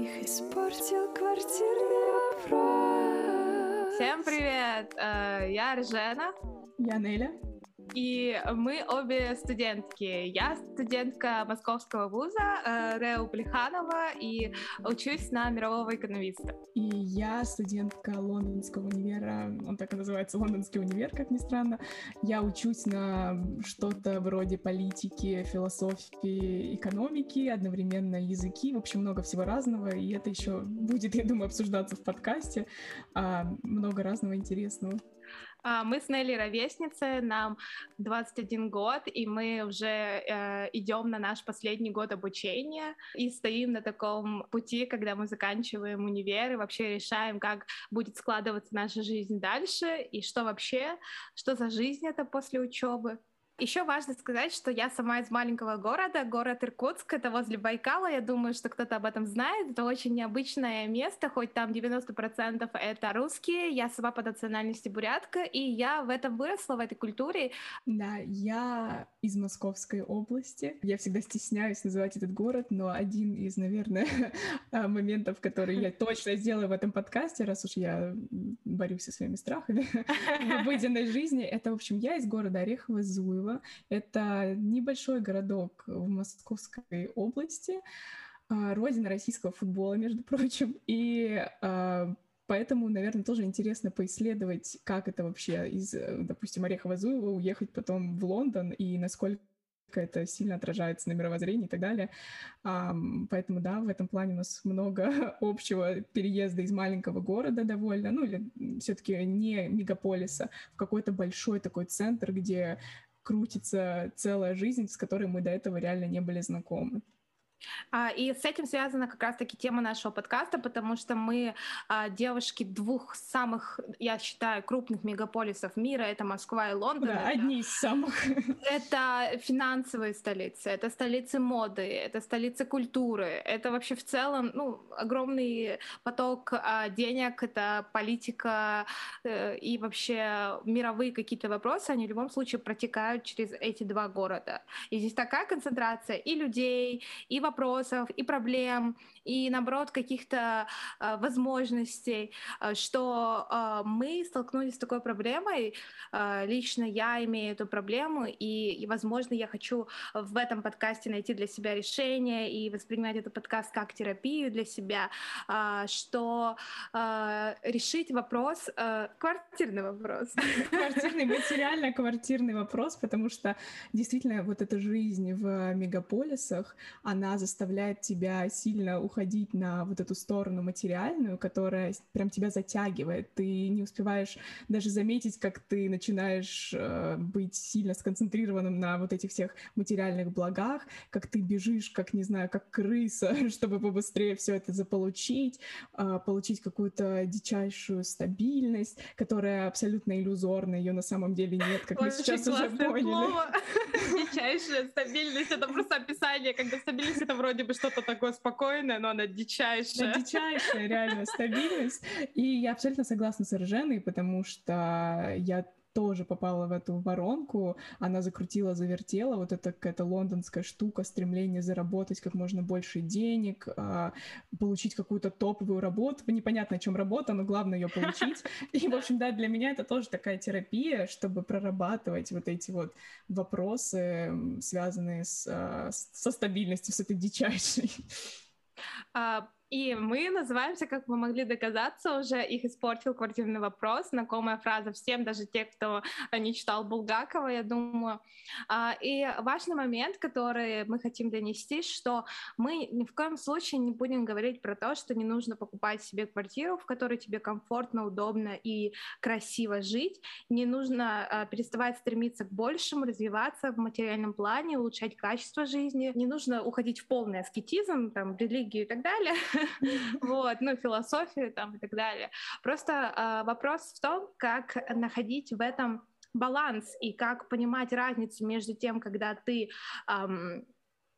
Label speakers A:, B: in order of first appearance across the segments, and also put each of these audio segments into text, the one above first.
A: Их испортил квартирный вопрос.
B: Всем привет! Я Ржена.
C: Я Неля.
B: И мы обе студентки. Я студентка Московского вуза РЭУ Плеханова и учусь на мирового экономиста.
C: И я студентка Лондонского универа, он так и называется, Лондонский универ, как ни странно. Я учусь на что-то вроде политики, философии, экономики, одновременно языки, в общем, много всего разного, и это еще будет, я думаю, обсуждаться в подкасте. Много разного интересного.
B: Мы с Нелли ровесницы, нам 21 год, и мы уже идем на наш последний год обучения и стоим на таком пути, когда мы заканчиваем универ и вообще решаем, как будет складываться наша жизнь дальше, и что вообще, что за жизнь это после учебы. Еще важно сказать, что я сама из маленького города, город Иркутск, это возле Байкала, я думаю, что кто-то об этом знает, это очень необычное место, хоть там 90% это русские, я сама по национальности бурятка, и я в этом выросла, в этой культуре.
C: Да, я из Московской области, я всегда стесняюсь называть этот город, но один из, наверное, моментов, которые я точно сделаю в этом подкасте, раз уж я борюсь со своими страхами в обыденной жизни, это, в общем, я из города Орехово-Зуево. Это небольшой городок в Московской области, родина российского футбола, между прочим, и поэтому, наверное, тоже интересно поисследовать, как это вообще из, допустим, Орехово-Зуева уехать потом в Лондон и насколько это сильно отражается на мировоззрении и так далее. Поэтому, да, в этом плане у нас много общего переезда из маленького города довольно, ну или все-таки не мегаполиса, в какой-то большой такой центр, где крутится целая жизнь, с которой мы до этого реально не были знакомы.
B: И с этим связана как раз-таки тема нашего подкаста, потому что мы девушки двух самых, я считаю, крупных мегаполисов мира, это Москва и Лондон.
C: Да, одни из самых.
B: Это финансовые столицы, это столицы моды, это столицы культуры, это вообще в целом огромный поток денег, это политика и вообще мировые какие-то вопросы, они в любом случае протекают через эти два города. И здесь такая концентрация и людей, и вопросов, и проблем, и, наоборот, каких-то возможностей, что мы столкнулись с такой проблемой. Лично я имею эту проблему, и, возможно, я хочу в этом подкасте найти для себя решение и воспринимать этот подкаст как терапию для себя, что решить вопрос, квартирный вопрос.
C: Квартирный, материально-квартирный вопрос, потому что действительно вот эта жизнь в мегаполисах, она заставляет тебя сильно уходить на вот эту сторону материальную, которая прям тебя затягивает. Ты не успеваешь даже заметить, как ты начинаешь быть сильно сконцентрированным на вот этих всех материальных благах, как ты бежишь, как, не знаю, как крыса, чтобы побыстрее все это заполучить, получить какую-то дичайшую стабильность, которая абсолютно иллюзорна, ее на самом деле нет, как мы сейчас уже поняли.
B: Дичайшая стабильность — это просто описание, когда стабильность — это вроде бы что-то такое спокойное, но она дичайшая.
C: Да, дичайшая реально стабильность. И я абсолютно согласна с Рженой, потому что я тоже попала в эту воронку, она закрутила, завертела, вот эта какая-то лондонская штука, стремление заработать как можно больше денег, получить какую-то топовую работу, непонятно, о чем работа, но главное ее получить. И, в общем, да, для меня это тоже такая терапия, чтобы прорабатывать вот эти вот вопросы, связанные со стабильностью, с этой дичайшей.
B: И мы называемся, как вы могли догадаться уже, их испортил квартирный вопрос. Знакомая фраза всем, даже те, кто не читал Булгакова, я думаю. И важный момент, который мы хотим донести, что мы ни в коем случае не будем говорить про то, что не нужно покупать себе квартиру, в которой тебе комфортно, удобно и красиво жить. Не нужно переставать стремиться к большему, развиваться в материальном плане, улучшать качество жизни. Не нужно уходить в полный аскетизм, там, религию и так далее. Вот, философию там и так далее. Просто вопрос в том, как находить в этом баланс и как понимать разницу между тем, когда ты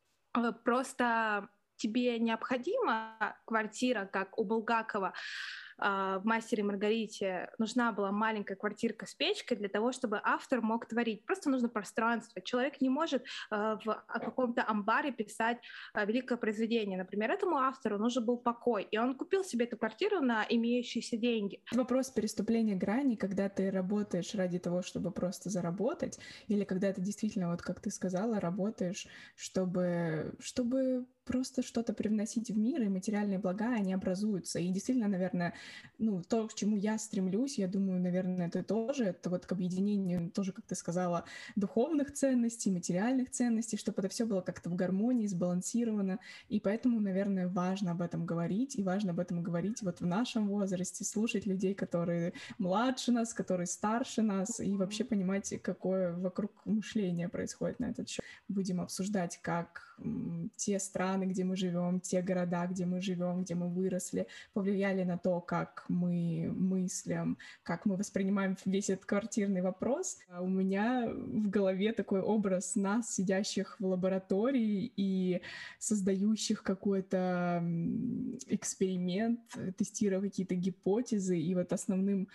B: просто тебе необходима квартира, как у Булгакова, в «Мастере и Маргарите» нужна была маленькая квартирка с печкой для того, чтобы автор мог творить. Просто нужно пространство. Человек не может в каком-то амбаре писать великое произведение. Например, этому автору нужен был покой, и он купил себе эту квартиру на имеющиеся деньги.
C: Вопрос переступления грани, когда ты работаешь ради того, чтобы просто заработать, или когда ты действительно, вот как ты сказала, работаешь, чтобы просто что-то привносить в мир, и материальные блага, они образуются. И действительно, наверное, то, к чему я стремлюсь, я думаю, наверное, ты тоже, это вот к объединению, тоже, как ты сказала, духовных ценностей, материальных ценностей, чтобы это все было как-то в гармонии, сбалансировано. И поэтому, наверное, важно об этом говорить, и важно об этом говорить вот в нашем возрасте, слушать людей, которые младше нас, которые старше нас, и вообще понимать, какое вокруг мышление происходит на этот счет. Будем обсуждать, как те страны, где мы живем, те города, где мы живем, где мы выросли, повлияли на то, как мы мыслим, как мы воспринимаем весь этот квартирный вопрос. У меня в голове такой образ нас, сидящих в лаборатории и создающих какой-то эксперимент, тестируя какие-то гипотезы. И вот основным,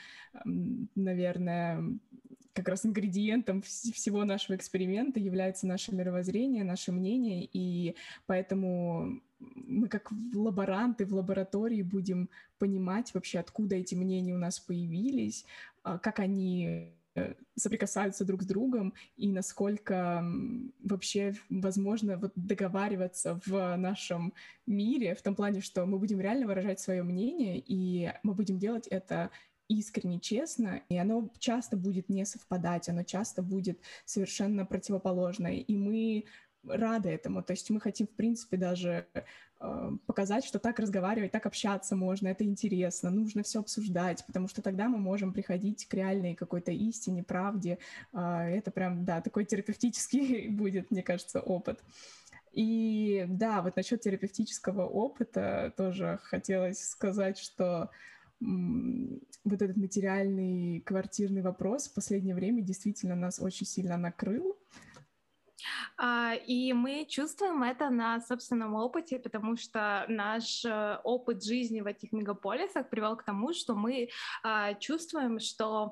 C: наверное, как раз ингредиентом всего нашего эксперимента является наше мировоззрение, наше мнение, и поэтому мы как лаборанты в лаборатории будем понимать вообще, откуда эти мнения у нас появились, как они соприкасаются друг с другом и насколько вообще возможно вот договариваться в нашем мире, в том плане, что мы будем реально выражать свое мнение, и мы будем делать это искренне, честно, и оно часто будет не совпадать, оно часто будет совершенно противоположное, и мы рады этому, то есть мы хотим, в принципе, даже показать, что так разговаривать, так общаться можно, это интересно, нужно все обсуждать, потому что тогда мы можем приходить к реальной какой-то истине, правде, это прям, да, такой терапевтический будет, мне кажется, опыт. И да, вот насчет терапевтического опыта тоже хотелось сказать, что вот этот материальный квартирный вопрос в последнее время действительно нас очень сильно накрыл.
B: И мы чувствуем это на собственном опыте, потому что наш опыт жизни в этих мегаполисах привел к тому, что мы чувствуем, что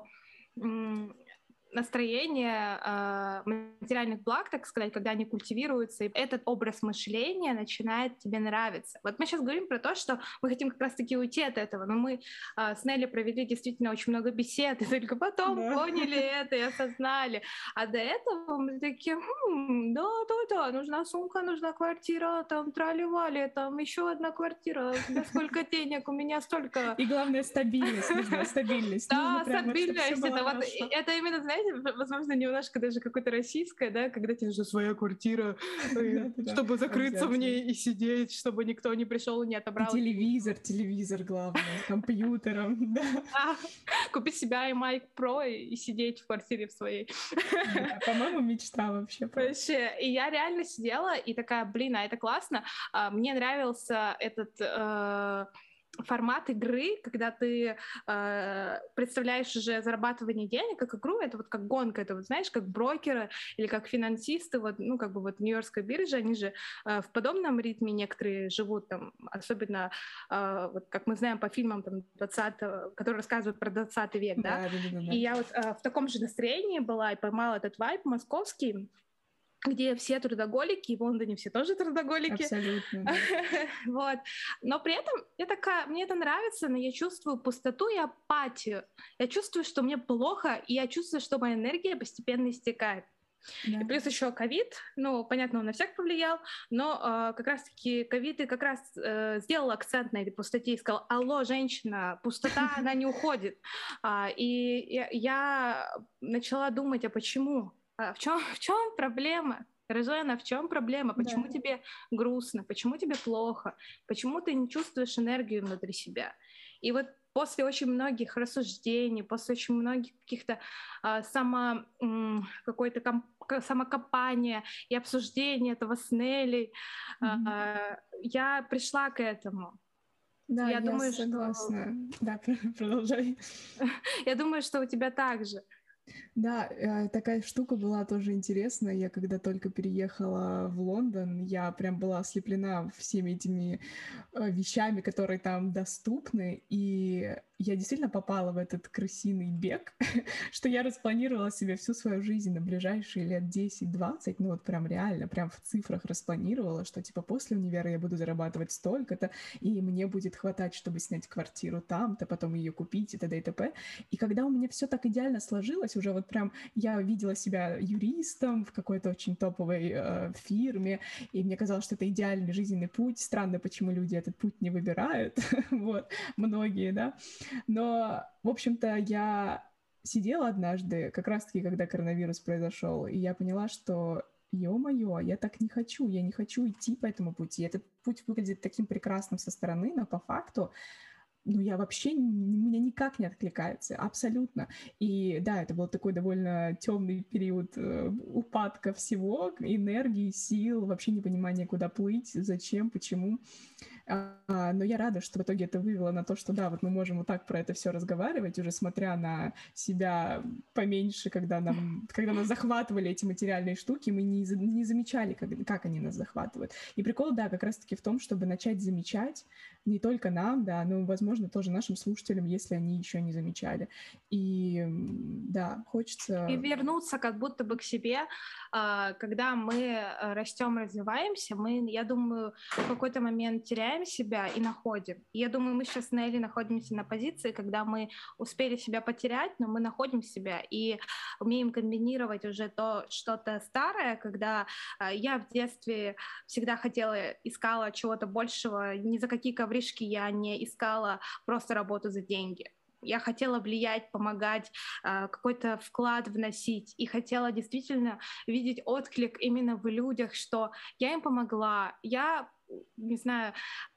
B: настроение материальных благ, так сказать, когда они культивируются, и этот образ мышления начинает тебе нравиться. Вот мы сейчас говорим про то, что мы хотим как раз-таки уйти от этого, но мы с Нелли провели действительно очень много бесед, и только потом поняли это и осознали. А до этого мы такие, да, нужна сумка, нужна квартира, там трали-вали, там еще одна квартира, у тебя сколько денег, у меня столько...
C: И главное, стабильность, нужна стабильность.
B: Да, стабильность, это именно, знаете, возможно, немножко даже какое-то российское, да, когда тебе нужна своя квартира, чтобы закрыться в ней и сидеть, чтобы никто не пришел и не отобрал.
C: Телевизор главное, с компьютером, да.
B: Купить себе iMac Pro и сидеть в квартире в своей.
C: По-моему, мечта вообще.
B: Вообще, и я реально сидела и такая, а это классно. Мне нравился этот... формат игры, когда ты представляешь уже зарабатывание денег как игру, это вот как гонка, это вот знаешь, как брокеры или как финансисты, вот, как бы вот Нью-Йоркская биржа, они же в подобном ритме некоторые живут там, особенно вот как мы знаем по фильмам там 20-го, которые рассказывают про 20 век, да? И я вот в таком же настроении была и поймала этот вайб московский, где все трудоголики, и в Лондоне все тоже трудоголики.
C: Абсолютно. Да.
B: Вот. Но при этом мне это нравится, но я чувствую пустоту и апатию. Я чувствую, что мне плохо, и я чувствую, что моя энергия постепенно истекает. Да. И плюс еще ковид, понятно, он на всех повлиял, но как раз-таки ковид и как раз сделал акцент на этой пустоте и сказал: алло, женщина, пустота, она не уходит. И я начала думать, а почему? В чем проблема? Рожена, в чем проблема? Почему тебе грустно? Почему тебе плохо? Почему ты не чувствуешь энергию внутри себя? И вот после очень многих рассуждений, после очень многих каких-то самокопания и обсуждения этого с Нелли, я пришла к этому.
C: Да, я думаю, согласна. Да, продолжай.
B: Я думаю, что у тебя так же.
C: Да, такая штука была тоже интересная. Я когда только переехала в Лондон, я прям была ослеплена всеми этими вещами, которые там доступны, и я действительно попала в этот крысиный бег, что я распланировала себе всю свою жизнь на ближайшие лет 10-20, ну вот прям реально, прям в цифрах распланировала, что типа после универа я буду зарабатывать столько-то, и мне будет хватать, чтобы снять квартиру там-то, потом ее купить и т.д. и т.п. И когда у меня все так идеально сложилось, уже вот прям я видела себя юристом в какой-то очень топовой фирме, и мне казалось, что это идеальный жизненный путь. Странно, почему люди этот путь не выбирают, вот, многие, да. Но, в общем-то, я сидела однажды, как раз-таки, когда коронавирус произошел, и я поняла, что ё-моё, я так не хочу, я не хочу идти по этому пути. Этот путь выглядит таким прекрасным со стороны, но по факту ну, я вообще, меня никак не откликается, абсолютно. И да, это был такой довольно темный период упадка всего, энергии, сил, вообще непонимания, куда плыть, зачем, почему. Но я рада, что в итоге это вывело на то, что да, вот мы можем вот так про это все разговаривать, уже смотря на себя поменьше, когда нас захватывали эти материальные штуки, мы не замечали, как они нас захватывают. И прикол, да, как раз-таки в том, чтобы начать замечать не только нам, да, но, возможно, тоже нашим слушателям, если они еще не замечали. И да, хочется...
B: И вернуться как будто бы к себе, когда мы растем, развиваемся, мы, я думаю, в какой-то момент теряем себя и находим. И я думаю, мы сейчас с Нелли находимся на позиции, когда мы успели себя потерять, но мы находим себя и умеем комбинировать уже то что-то старое, когда я в детстве всегда искала чего-то большего, ни за какие ковришки я не искала просто работу за деньги. Я хотела влиять, помогать, какой-то вклад вносить. И хотела действительно видеть отклик именно в людях, что я им помогла, я, не знаю,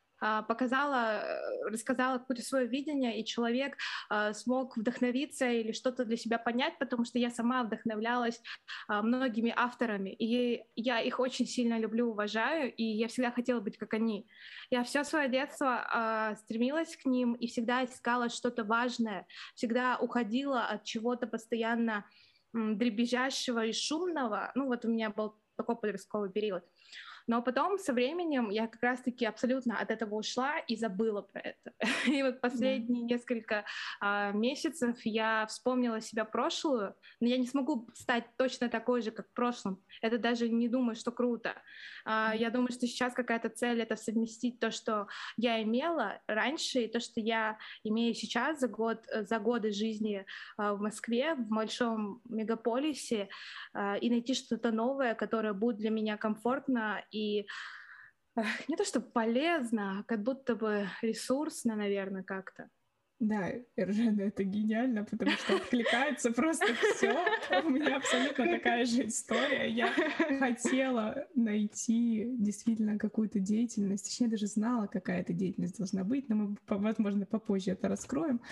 B: рассказала какое-то свое видение, и человек смог вдохновиться или что-то для себя понять, потому что я сама вдохновлялась многими авторами, и я их очень сильно люблю, уважаю, и я всегда хотела быть как они. Я все свое детство стремилась к ним и всегда искала что-то важное, всегда уходила от чего-то постоянно дребезжащего и шумного. Ну вот у меня был такой подростковый период. Но потом со временем я как раз-таки абсолютно от этого ушла и забыла про это. И вот последние несколько месяцев я вспомнила себя прошлую, но я не смогу стать точно такой же, как в прошлом. Это даже не думаю, что круто. Я думаю, что сейчас какая-то цель — это совместить то, что я имела раньше, и то, что я имею сейчас за годы жизни в Москве, в большом мегаполисе, и найти что-то новое, которое будет для меня комфортно и не то чтобы полезно, а как будто бы ресурсно, наверное, как-то.
C: Да, Эржена, это гениально, потому что откликается просто все. У меня абсолютно такая же история. Я хотела найти действительно какую-то деятельность, точнее, даже знала, какая эта деятельность должна быть, но мы, возможно, попозже это раскроем.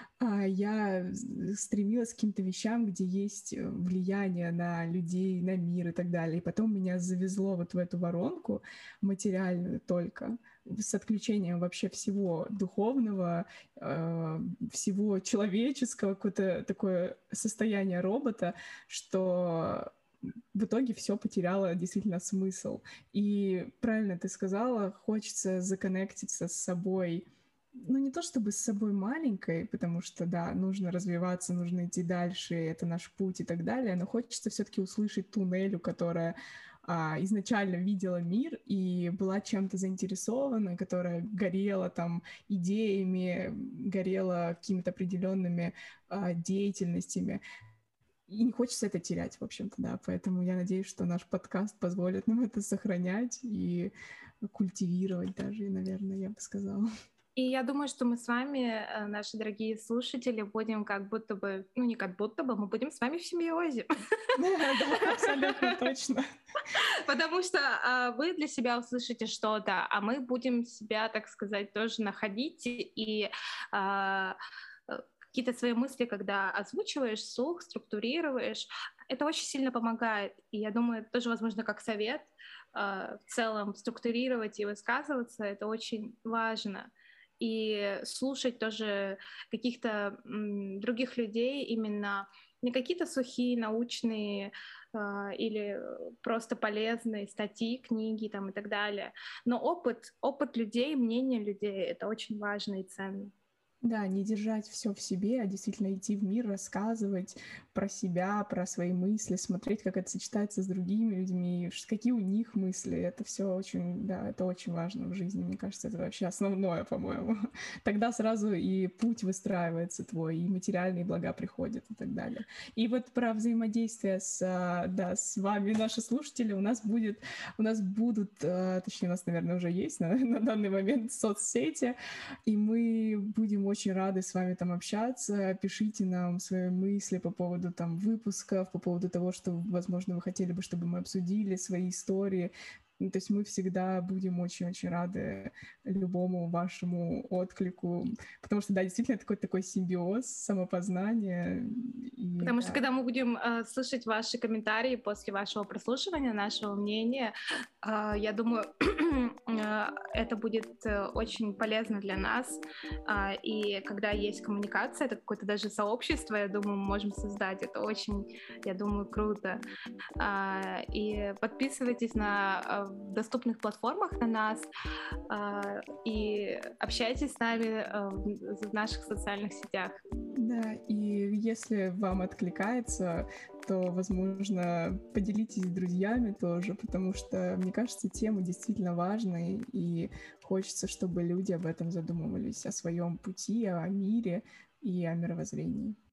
C: Я стремилась к каким-то вещам, где есть влияние на людей, на мир и так далее. И потом меня завезло вот в эту воронку материальную только, с отключением вообще всего духовного, всего человеческого, какое-то такое состояние робота, что в итоге все потеряло действительно смысл. И правильно ты сказала, хочется законнектиться с собой, ну, не то чтобы с собой маленькой, потому что, да, нужно развиваться, нужно идти дальше, это наш путь и так далее, но хочется все-таки услышать ту Нелю, которая изначально видела мир и была чем-то заинтересована, которая горела там идеями, горела какими-то определенными деятельностями. И не хочется это терять, в общем-то, да. Поэтому я надеюсь, что наш подкаст позволит нам это сохранять и культивировать даже, наверное, я бы сказала.
B: И я думаю, что мы с вами, наши дорогие слушатели, будем как будто бы, ну не как будто бы, мы будем с вами в симбиозе.
C: Да, абсолютно точно.
B: Потому что вы для себя услышите что-то, а мы будем себя, так сказать, тоже находить и какие-то свои мысли, когда озвучиваешь вслух, структурируешь, это очень сильно помогает. И я думаю, это тоже, возможно, как совет в целом структурировать и высказываться, это очень важно. И слушать тоже каких-то других людей именно Не какие-то сухие научные или просто полезные статьи, книги там, и так далее, но опыт людей, мнение людей — это очень важно и ценно.
C: Да, не держать все в себе, а действительно идти в мир, рассказывать про себя, про свои мысли, смотреть, как это сочетается с другими людьми, какие у них мысли. Это все очень, да, это очень важно в жизни. Мне кажется, это вообще основное, по-моему. Тогда сразу и путь выстраивается твой, и материальные блага приходят и так далее. И вот про взаимодействие да, с вами, наши слушатели, у нас будут, точнее, у нас, наверное, уже есть на данный момент соцсети, и мы будем очень рады с вами там общаться. Пишите нам свои мысли по поводу там выпусков, по поводу того, что, возможно, вы хотели бы, чтобы мы обсудили, свои истории. Ну, то есть мы всегда будем очень-очень рады любому вашему отклику, потому что, да, действительно, это какой-то такой симбиоз, самопознание. И,
B: Потому
C: да.
B: что когда мы будем слышать ваши комментарии после вашего прослушивания, нашего мнения, я думаю, это будет очень полезно для нас. И когда есть коммуникация, это какое-то даже сообщество, я думаю, мы можем создать. Это очень, я думаю, круто. И подписывайтесь на доступных платформах на нас и общайтесь с нами в наших социальных сетях.
C: Да, и если вам откликается, то, возможно, поделитесь с друзьями тоже, потому что, мне кажется, тема действительно важная, и хочется, чтобы люди об этом задумывались, о своем пути, о мире и о мировоззрении.